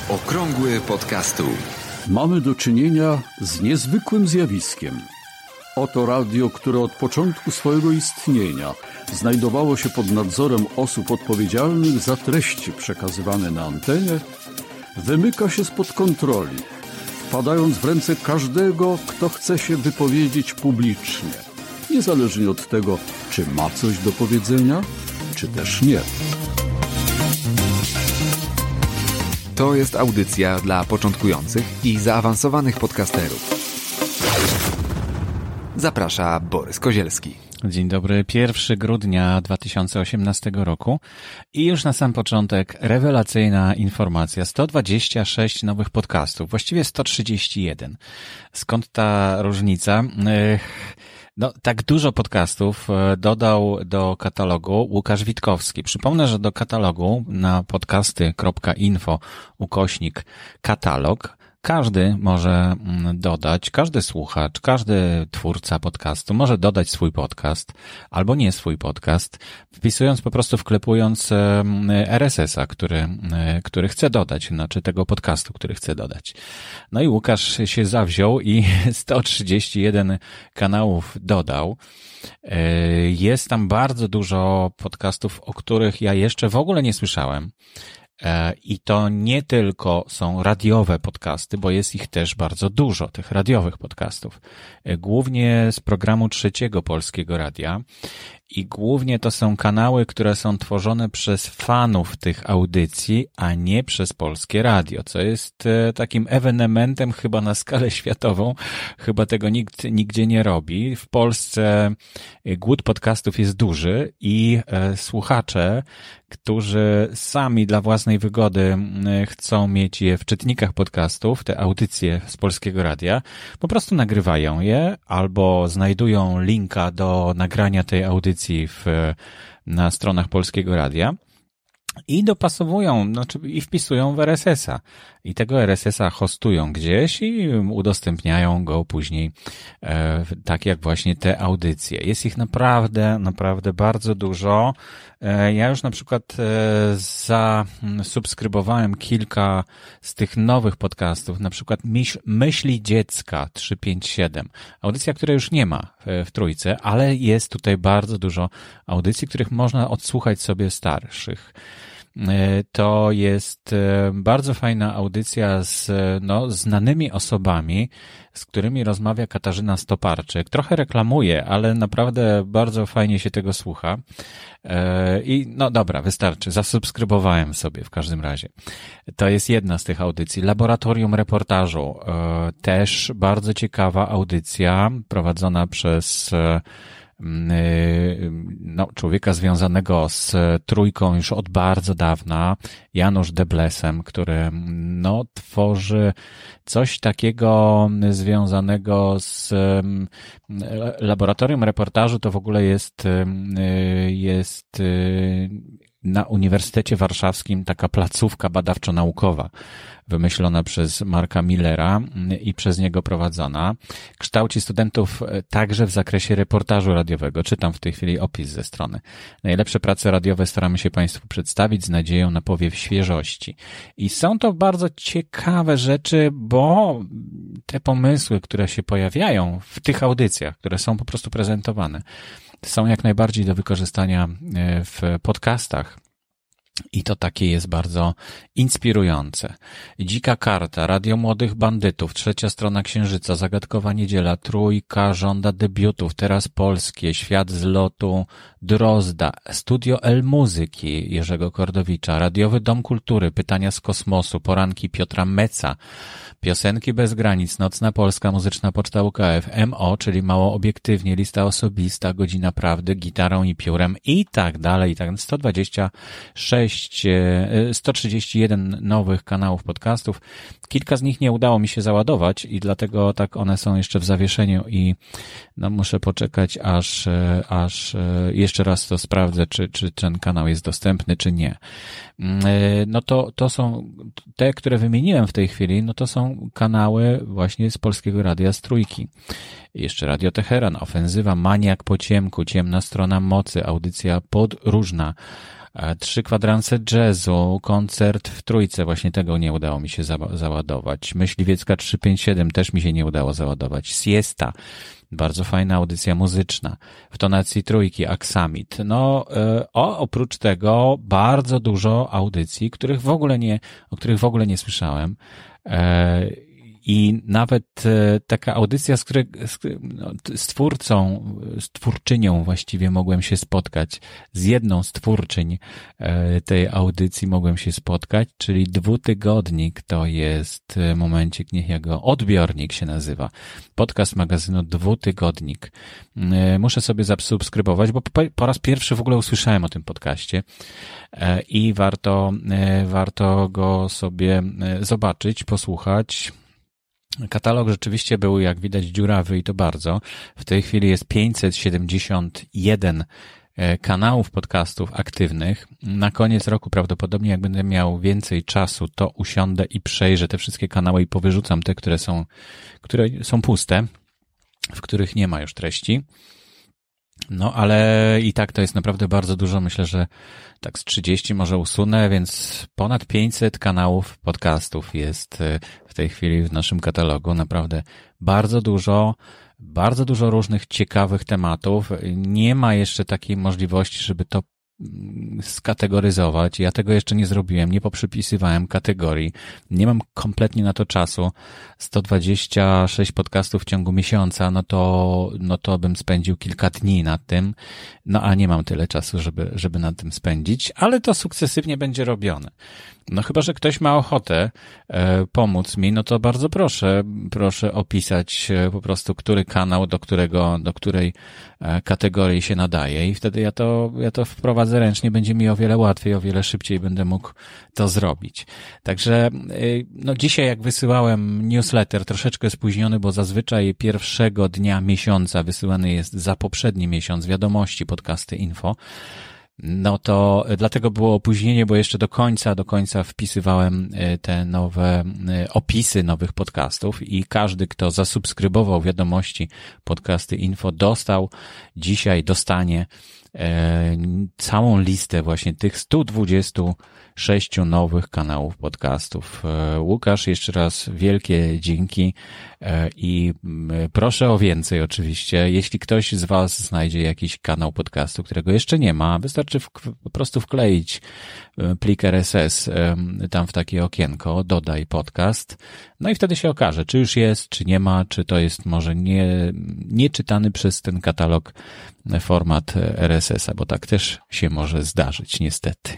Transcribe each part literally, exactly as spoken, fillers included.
Okrągły podcastu. Mamy do czynienia z niezwykłym zjawiskiem. Oto radio, które od początku swojego istnienia znajdowało się pod nadzorem osób odpowiedzialnych za treści przekazywane na antenie, wymyka się spod kontroli, wpadając w ręce każdego, kto chce się wypowiedzieć publicznie, niezależnie od tego, czy ma coś do powiedzenia, czy też nie. To jest audycja dla początkujących i zaawansowanych podcasterów. Zaprasza Borys Kozielski. Dzień dobry, pierwszego grudnia dwa tysiące osiemnastego roku i już na sam początek rewelacyjna informacja. sto dwadzieścia sześć nowych podcastów, właściwie sto trzydzieści jeden. Skąd ta różnica? No, tak dużo podcastów dodał do katalogu Łukasz Witkowski. Przypomnę, że do katalogu na podcasty kropka info ukośnik katalog każdy może dodać, każdy słuchacz, każdy twórca podcastu może dodać swój podcast albo nie swój podcast, wpisując po prostu, wklepując R S S a, który, który chce dodać, znaczy tego podcastu, który chce dodać. No i Łukasz się zawziął i sto trzydzieści jeden kanałów dodał. Jest tam bardzo dużo podcastów, o których ja jeszcze w ogóle nie słyszałem. I to nie tylko są radiowe podcasty, bo jest ich też bardzo dużo, tych radiowych podcastów. Głównie z programu Trzeciego Polskiego Radia i głównie to są kanały, które są tworzone przez fanów tych audycji, a nie przez Polskie Radio, co jest takim ewenementem chyba na skalę światową. Chyba tego nikt nigdzie nie robi. W Polsce głód podcastów jest duży i słuchacze, którzy sami dla własnej wygody chcą mieć je w czytnikach podcastów, te audycje z Polskiego Radia, po prostu nagrywają je albo znajdują linka do nagrania tej audycji w, na stronach Polskiego Radia i dopasowują, znaczy i wpisują w R S S a i tego R S S a hostują gdzieś i udostępniają go później, e, tak jak właśnie te audycje. Jest ich naprawdę, naprawdę bardzo dużo. E, ja już na przykład e, zasubskrybowałem kilka z tych nowych podcastów, na przykład Myśl, Myśli Dziecka trzysta pięćdziesiąt siedem. Audycja, której już nie ma w, w trójce, ale jest tutaj bardzo dużo audycji, których można odsłuchać sobie starszych. To jest bardzo fajna audycja z no, znanymi osobami, z którymi rozmawia Katarzyna Stoparczyk. Trochę reklamuje, ale naprawdę bardzo fajnie się tego słucha. I no dobra, wystarczy. Zasubskrybowałem sobie w każdym razie. To jest jedna z tych audycji. Laboratorium Reportażu. Też bardzo ciekawa audycja prowadzona przez no, człowieka związanego z trójką już od bardzo dawna, Janusz Deblesem, który no, tworzy coś takiego związanego z laboratorium reportażu. To w ogóle jest, jest na Uniwersytecie Warszawskim taka placówka badawczo-naukowa wymyślona przez Marka Millera i przez niego prowadzona. Kształci studentów także w zakresie reportażu radiowego. Czytam w tej chwili opis ze strony. Najlepsze prace radiowe staramy się Państwu przedstawić z nadzieją na powiew świeżości. I są to bardzo ciekawe rzeczy, bo te pomysły, które się pojawiają w tych audycjach, które są po prostu prezentowane, są jak najbardziej do wykorzystania w podcastach. I to takie jest bardzo inspirujące. Dzika Karta, Radio Młodych Bandytów, Trzecia Strona Księżyca, Zagadkowa Niedziela, Trójka żąda debiutów, Teraz Polskie, Świat z lotu Drozda, Studio El Muzyki Jerzego Kordowicza, Radiowy Dom Kultury, Pytania z kosmosu, Poranki Piotra Meca, Piosenki bez granic, Nocna Polska, Muzyczna Poczta U K F, M O, czyli Mało Obiektywnie, Lista Osobista, Godzina Prawdy, Gitarą i Piórem i tak dalej, i tak sto dwadzieścia sześć, sto trzydzieści jeden nowych kanałów podcastów. Kilka z nich nie udało mi się załadować i dlatego tak one są jeszcze w zawieszeniu i no muszę poczekać, aż, aż jeszcze raz to sprawdzę, czy, czy ten kanał jest dostępny, czy nie. No to, to są te, które wymieniłem w tej chwili, no to są kanały właśnie z Polskiego Radia z Trójki. Jeszcze Radio Teheran, Ofensywa, Maniak po ciemku, Ciemna Strona Mocy, audycja podróżna, Trzy kwadranse jazzu, koncert w Trójce, właśnie tego nie udało mi się za- załadować. Myśliwiecka trzysta pięćdziesiąt siedem też mi się nie udało załadować. Siesta, bardzo fajna audycja muzyczna. W tonacji trójki, Aksamit. No, o, oprócz tego bardzo dużo audycji, których w ogóle nie, o których w ogóle nie słyszałem. I nawet taka audycja, z której, z, no, z twórcą, z twórczynią właściwie mogłem się spotkać, z jedną z twórczyń tej audycji mogłem się spotkać, czyli Dwutygodnik, to jest momencik, niech ja go, Odbiornik się nazywa, podcast magazynu Dwutygodnik. Muszę sobie zasubskrybować, bo po, po raz pierwszy w ogóle usłyszałem o tym podcaście i warto, warto go sobie zobaczyć, posłuchać. Katalog rzeczywiście był, jak widać, dziurawy i to bardzo. W tej chwili jest pięćset siedemdziesiąt jeden kanałów podcastów aktywnych. Na koniec roku prawdopodobnie, jak będę miał więcej czasu, to usiądę i przejrzę te wszystkie kanały i powyrzucam te, które są, które są puste, w których nie ma już treści. No, ale i tak to jest naprawdę bardzo dużo. Myślę, że tak z trzydzieści może usunę, więc ponad pięćset kanałów podcastów jest w tej chwili w naszym katalogu. Naprawdę bardzo dużo, bardzo dużo różnych ciekawych tematów. Nie ma jeszcze takiej możliwości, żeby to skategoryzować. Ja tego jeszcze nie zrobiłem, nie poprzypisywałem kategorii. Nie mam kompletnie na to czasu. sto dwadzieścia sześć podcastów w ciągu miesiąca, no to, no to bym spędził kilka dni nad tym. No a nie mam tyle czasu, żeby, żeby nad tym spędzić, ale to sukcesywnie będzie robione. No chyba, że ktoś ma ochotę e, pomóc mi, no to bardzo proszę, proszę opisać e, po prostu, który kanał do którego, do której e, kategorii się nadaje i wtedy ja to, ja to wprowadzę ręcznie, będzie mi o wiele łatwiej, o wiele szybciej będę mógł to zrobić. Także, e, no dzisiaj jak wysyłałem newsletter, troszeczkę spóźniony, bo zazwyczaj pierwszego dnia miesiąca wysyłany jest za poprzedni miesiąc wiadomości podcasty info. No to dlatego było opóźnienie, bo jeszcze do końca, do końca wpisywałem te nowe opisy nowych podcastów i każdy, kto zasubskrybował wiadomości podcasty info, dostał dzisiaj, dostanie e, całą listę właśnie tych stu dwudziestu sześciu nowych kanałów podcastów. E, Łukasz, jeszcze raz wielkie dzięki e, i proszę o więcej oczywiście. Jeśli ktoś z Was znajdzie jakiś kanał podcastu, którego jeszcze nie ma, wystarczy w, po prostu wkleić plik R S S e, tam w takie okienko, dodaj podcast, no i wtedy się okaże, czy już jest, czy nie ma, czy to jest może nie, nie czytany przez ten katalog format R S S a, bo tak też się może zdarzyć niestety.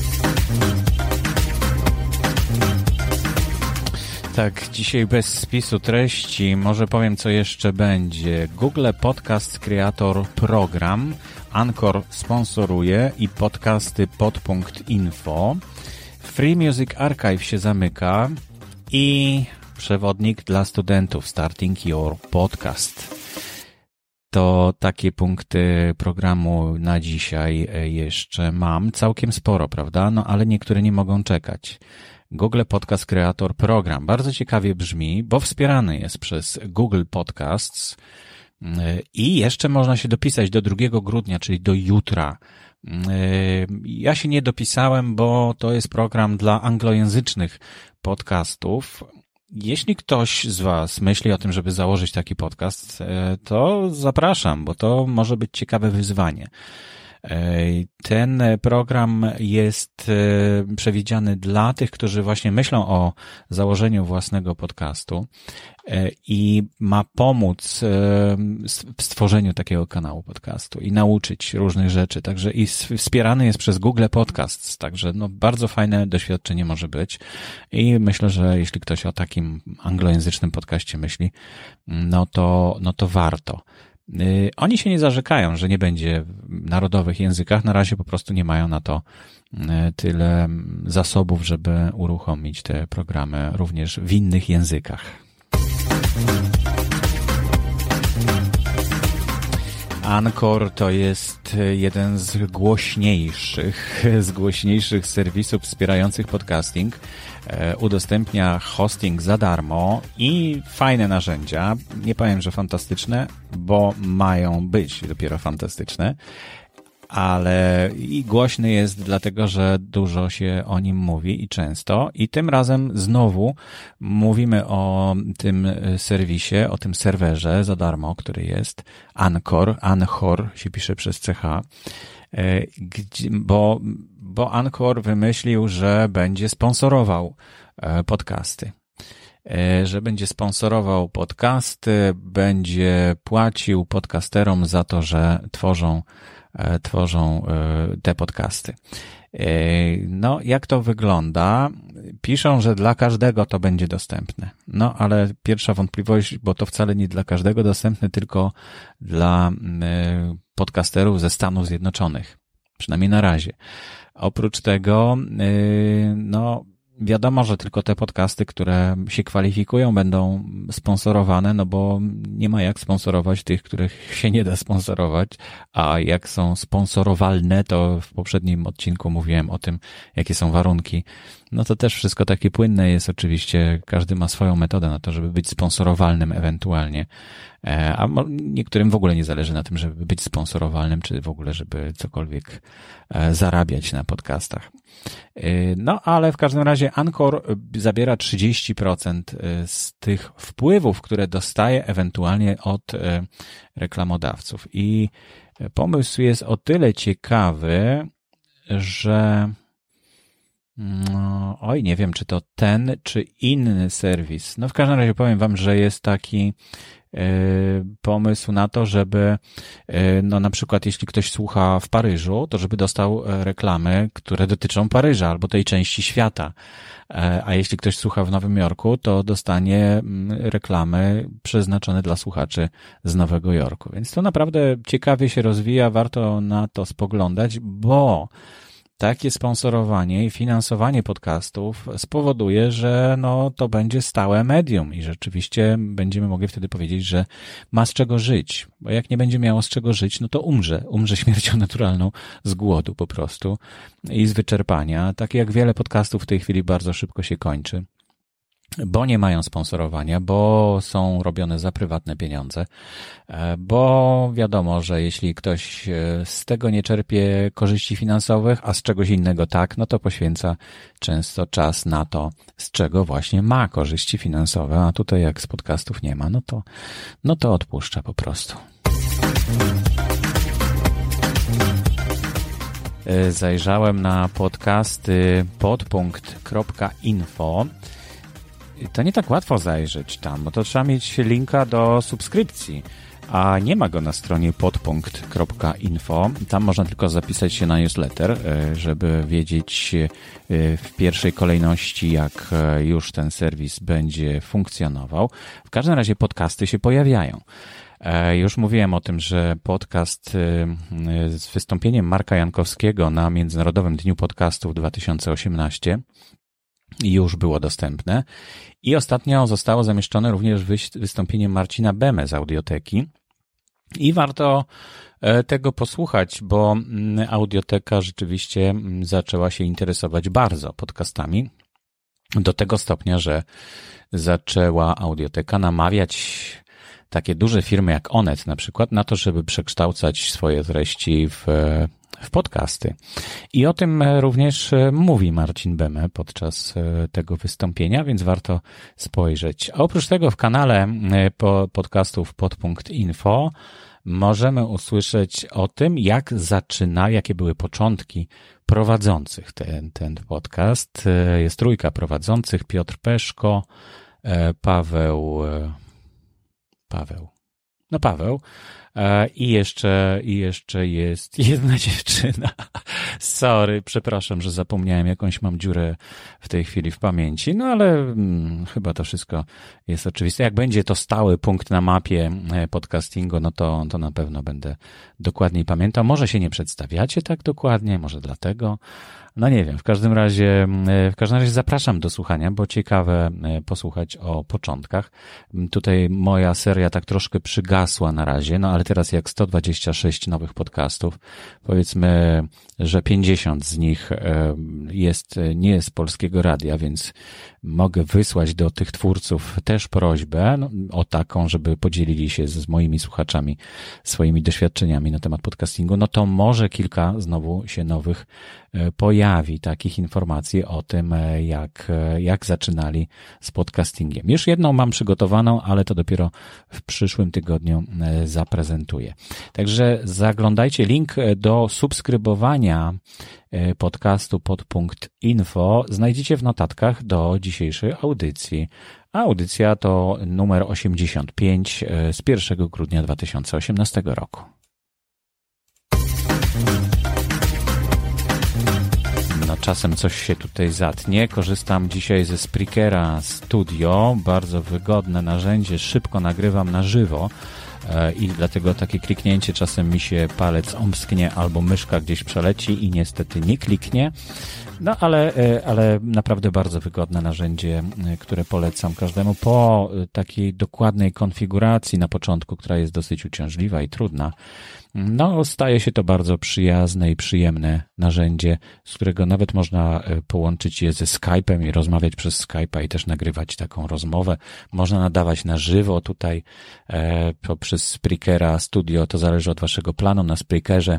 Tak, dzisiaj bez spisu treści. Może powiem, co jeszcze będzie. Google Podcast Creator Program, Anchor sponsoruje i podcasty pod.info. info. Free Music Archive się zamyka i przewodnik dla studentów Starting Your Podcast. To takie punkty programu na dzisiaj jeszcze mam. Całkiem sporo, prawda? No ale niektóre nie mogą czekać. Google Podcast Creator Program. Bardzo ciekawie brzmi, bo wspierany jest przez Google Podcasts i jeszcze można się dopisać do drugiego grudnia, czyli do jutra. Ja się nie dopisałem, bo to jest program dla anglojęzycznych podcastów. Jeśli ktoś z Was myśli o tym, żeby założyć taki podcast, to zapraszam, bo to może być ciekawe wyzwanie. Ten program jest przewidziany dla tych, którzy właśnie myślą o założeniu własnego podcastu i ma pomóc w stworzeniu takiego kanału podcastu i nauczyć różnych rzeczy. Także i wspierany jest przez Google Podcasts, także no bardzo fajne doświadczenie może być i myślę, że jeśli ktoś o takim anglojęzycznym podcaście myśli, no to, no to warto. Oni się nie zarzekają, że nie będzie w narodowych językach. Na razie po prostu nie mają na to tyle zasobów, żeby uruchomić te programy również w innych językach. Anchor to jest jeden z głośniejszych, z głośniejszych serwisów wspierających podcasting. Udostępnia hosting za darmo i fajne narzędzia. Nie powiem, że fantastyczne, bo mają być dopiero fantastyczne. ale i głośny jest dlatego, że dużo się o nim mówi i często. I tym razem znowu mówimy o tym serwisie, o tym serwerze za darmo, który jest Anchor. Anchor się pisze przez C H, bo, bo Anchor wymyślił, że będzie sponsorował podcasty. Że będzie sponsorował podcasty, będzie płacił podcasterom za to, że tworzą tworzą te podcasty. No, jak to wygląda? Piszą, że dla każdego to będzie dostępne. No, ale pierwsza wątpliwość, bo to wcale nie dla każdego dostępne, tylko dla podcasterów ze Stanów Zjednoczonych. Przynajmniej na razie. Oprócz tego, no, wiadomo, że tylko te podcasty, które się kwalifikują, będą sponsorowane, no bo nie ma jak sponsorować tych, których się nie da sponsorować, a jak są sponsorowalne, to w poprzednim odcinku mówiłem o tym, jakie są warunki. No to też wszystko takie płynne jest oczywiście, każdy ma swoją metodę na to, żeby być sponsorowalnym ewentualnie, a niektórym w ogóle nie zależy na tym, żeby być sponsorowalnym, czy w ogóle, żeby cokolwiek zarabiać na podcastach. No, ale w każdym razie Anchor zabiera trzydzieści procent z tych wpływów, które dostaje ewentualnie od reklamodawców. I pomysł jest o tyle ciekawy, że no, oj, nie wiem, czy to ten, czy inny serwis. No w każdym razie powiem wam, że jest taki pomysł na to, żeby no na przykład jeśli ktoś słucha w Paryżu, to żeby dostał reklamy, które dotyczą Paryża albo tej części świata. A jeśli ktoś słucha w Nowym Jorku, to dostanie reklamy przeznaczone dla słuchaczy z Nowego Jorku. Więc to naprawdę ciekawie się rozwija, warto na to spoglądać, bo takie sponsorowanie i finansowanie podcastów spowoduje, że no to będzie stałe medium i rzeczywiście będziemy mogli wtedy powiedzieć, że ma z czego żyć, bo jak nie będzie miało z czego żyć, no to umrze, umrze śmiercią naturalną z głodu po prostu i z wyczerpania, tak jak wiele podcastów w tej chwili bardzo szybko się kończy, bo nie mają sponsorowania, bo są robione za prywatne pieniądze, bo wiadomo, że jeśli ktoś z tego nie czerpie korzyści finansowych, a z czegoś innego tak, no to poświęca często czas na to, z czego właśnie ma korzyści finansowe, a tutaj jak z podcastów nie ma, no to, no to odpuszcza po prostu. Zajrzałem na podcasty podpunkt kropka info. To nie tak łatwo zajrzeć tam, bo to trzeba mieć linka do subskrypcji, a nie ma go na stronie podpunkt kropka info. Tam można tylko zapisać się na newsletter, żeby wiedzieć w pierwszej kolejności, jak już ten serwis będzie funkcjonował. W każdym razie podcasty się pojawiają. Już mówiłem o tym, że podcast z wystąpieniem Marka Jankowskiego na Międzynarodowym Dniu Podcastów dwa tysiące osiemnastym już było dostępne i ostatnio zostało zamieszczone również wystąpienie Marcina Beme z Audioteki i warto tego posłuchać, bo Audioteka rzeczywiście zaczęła się interesować bardzo podcastami do tego stopnia, że zaczęła Audioteka namawiać takie duże firmy jak Onet na przykład na to, żeby przekształcać swoje treści w w podcasty. I o tym również mówi Marcin Beme podczas tego wystąpienia, więc warto spojrzeć. A oprócz tego w kanale podcastów podpunkt info możemy usłyszeć o tym, jak zaczyna, jakie były początki prowadzących ten, ten podcast. Jest trójka prowadzących, Piotr Peszko, Paweł, Paweł, no Paweł, I jeszcze, i jeszcze jest jedna dziewczyna. Sorry, przepraszam, że zapomniałem, jakąś mam dziurę w tej chwili w pamięci, no ale hmm, chyba to wszystko jest oczywiste. Jak będzie to stały punkt na mapie podcastingu, no to, to na pewno będę dokładniej pamiętał. Może się nie przedstawiacie tak dokładnie, może dlatego, No nie wiem, w każdym razie, w każdym razie zapraszam do słuchania, bo ciekawe posłuchać o początkach. Tutaj moja seria tak troszkę przygasła na razie, no ale teraz jak sto dwadzieścia sześć nowych podcastów, powiedzmy, że pięćdziesiąt z nich jest, nie jest z Polskiego Radia, więc mogę wysłać do tych twórców też prośbę no, o taką, żeby podzielili się z, z moimi słuchaczami swoimi doświadczeniami na temat podcastingu, no to może kilka znowu się nowych pojawi takich informacji o tym, jak, jak zaczynali z podcastingiem. Już jedną mam przygotowaną, ale to dopiero w przyszłym tygodniu zaprezentuję. Także zaglądajcie, link do subskrybowania podcastu podpunkt info znajdziecie w notatkach do dzisiejszej audycji. A audycja to numer osiemdziesiąt pięć z pierwszego grudnia dwa tysiące osiemnastego roku. No czasem coś się tutaj zatnie. Korzystam dzisiaj ze Spreakera Studio. Bardzo wygodne narzędzie. Szybko nagrywam na żywo. I dlatego takie kliknięcie czasem mi się palec omsknie albo myszka gdzieś przeleci i niestety nie kliknie. No ale, ale naprawdę bardzo wygodne narzędzie, które polecam każdemu po takiej dokładnej konfiguracji na początku, która jest dosyć uciążliwa i trudna. No, staje się to bardzo przyjazne i przyjemne narzędzie, z którego nawet można połączyć je ze Skype'em i rozmawiać przez Skype'a i też nagrywać taką rozmowę. Można nadawać na żywo tutaj e, poprzez Spreakera Studio, to zależy od waszego planu na Spreakerze.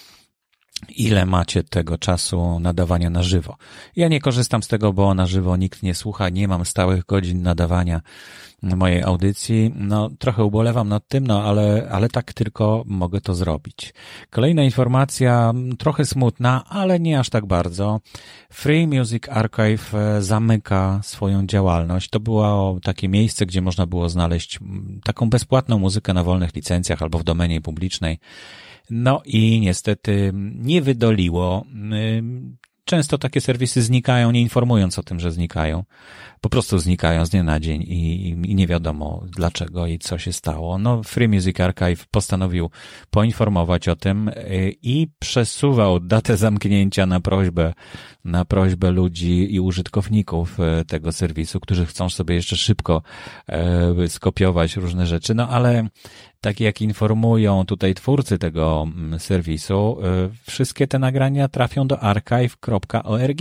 Ile macie tego czasu nadawania na żywo. Ja nie korzystam z tego, bo na żywo nikt nie słucha, nie mam stałych godzin nadawania mojej audycji. No, trochę ubolewam nad tym, no, ale, ale tak tylko mogę to zrobić. Kolejna informacja, trochę smutna, ale nie aż tak bardzo. Free Music Archive zamyka swoją działalność. To było takie miejsce, gdzie można było znaleźć taką bezpłatną muzykę na wolnych licencjach albo w domenie publicznej. No i niestety nie wydoliło. Często takie serwisy znikają, nie informując o tym, że znikają. Po prostu znikają z dnia na dzień i, i nie wiadomo dlaczego i co się stało. No, Free Music Archive postanowił poinformować o tym i przesuwał datę zamknięcia na prośbę, na prośbę ludzi i użytkowników tego serwisu, którzy chcą sobie jeszcze szybko e, skopiować różne rzeczy. No ale tak jak informują tutaj twórcy tego serwisu, wszystkie te nagrania trafią do archive kropka org.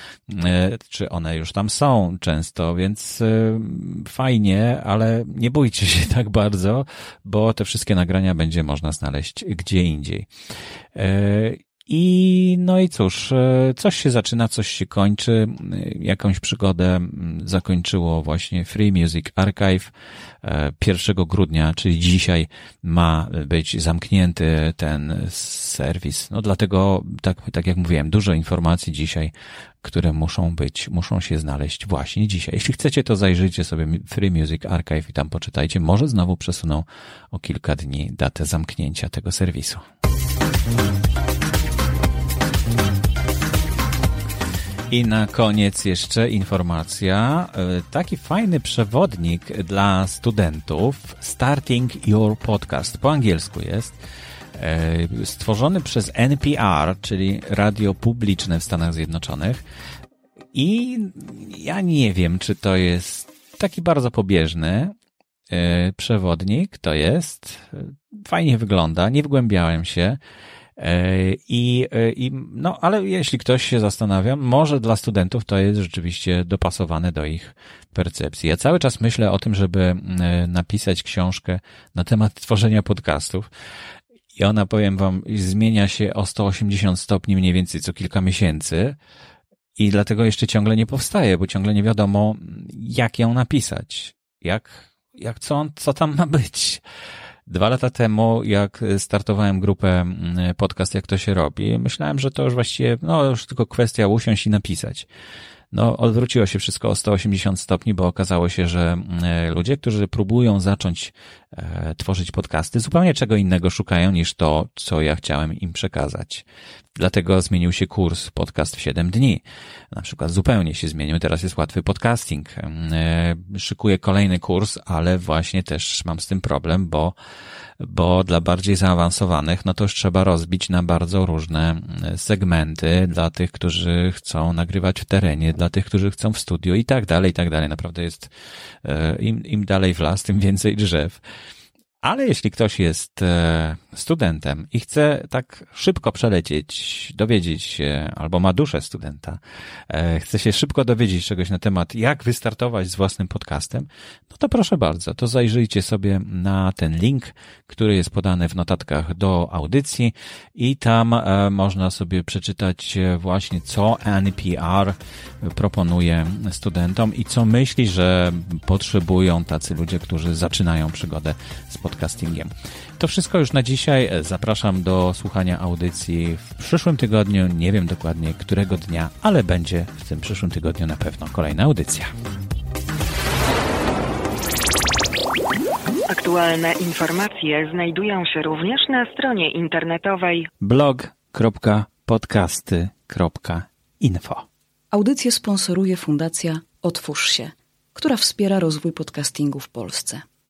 Czy one już tam są często, więc fajnie, ale nie bójcie się tak bardzo, bo te wszystkie nagrania będzie można znaleźć gdzie indziej. I no i cóż, coś się zaczyna, coś się kończy. Jakąś przygodę zakończyło właśnie Free Music Archive. pierwszego grudnia, czyli dzisiaj, ma być zamknięty ten serwis. No dlatego, tak, tak jak mówiłem, dużo informacji dzisiaj, które muszą być, muszą się znaleźć właśnie dzisiaj. Jeśli chcecie, to zajrzyjcie sobie Free Music Archive i tam poczytajcie. Może znowu przesuną o kilka dni datę zamknięcia tego serwisu. I na koniec jeszcze informacja, taki fajny przewodnik dla studentów, Starting Your Podcast, po angielsku jest, stworzony przez N P R, czyli radio publiczne w Stanach Zjednoczonych. I ja nie wiem, czy to jest taki bardzo pobieżny przewodnik, to jest, fajnie wygląda, nie wgłębiałem się. I, i, no, ale jeśli ktoś się zastanawia, może dla studentów to jest rzeczywiście dopasowane do ich percepcji. Ja cały czas myślę o tym, żeby napisać książkę na temat tworzenia podcastów i ona, powiem wam, zmienia się o sto osiemdziesiąt stopni mniej więcej co kilka miesięcy i dlatego jeszcze ciągle nie powstaje, bo ciągle nie wiadomo, jak ją napisać, jak, jak co, co tam ma być. Dwa lata temu, jak startowałem grupę podcast, jak to się robi, myślałem, że to już właściwie, no już tylko kwestia usiąść i napisać. No, odwróciło się wszystko o sto osiemdziesiąt stopni, bo okazało się, że ludzie, którzy próbują zacząć e, tworzyć podcasty, zupełnie czego innego szukają niż to, co ja chciałem im przekazać. Dlatego zmienił się kurs Podcast w siedem dni. Na przykład zupełnie się zmienił. Teraz jest łatwy podcasting. Szykuję kolejny kurs, ale właśnie też mam z tym problem, bo, bo dla bardziej zaawansowanych, no to już trzeba rozbić na bardzo różne segmenty dla tych, którzy chcą nagrywać w terenie, dla tych, którzy chcą w studiu i tak dalej, i tak dalej. Naprawdę jest, im, im dalej w las, tym więcej drzew. Ale jeśli ktoś jest studentem i chce tak szybko przelecieć, dowiedzieć się, albo ma duszę studenta, chce się szybko dowiedzieć czegoś na temat, jak wystartować z własnym podcastem, no to proszę bardzo, to zajrzyjcie sobie na ten link, który jest podany w notatkach do audycji i tam można sobie przeczytać właśnie, co N P R proponuje studentom i co myśli, że potrzebują tacy ludzie, którzy zaczynają przygodę z podcastingiem. To wszystko już na dzisiaj. Zapraszam do słuchania audycji w przyszłym tygodniu. Nie wiem dokładnie którego dnia, ale będzie w tym przyszłym tygodniu na pewno kolejna audycja. Aktualne informacje znajdują się również na stronie internetowej blog kropka podcasty kropka info. Audycję sponsoruje Fundacja Otwórz się, która wspiera rozwój podcastingu w Polsce.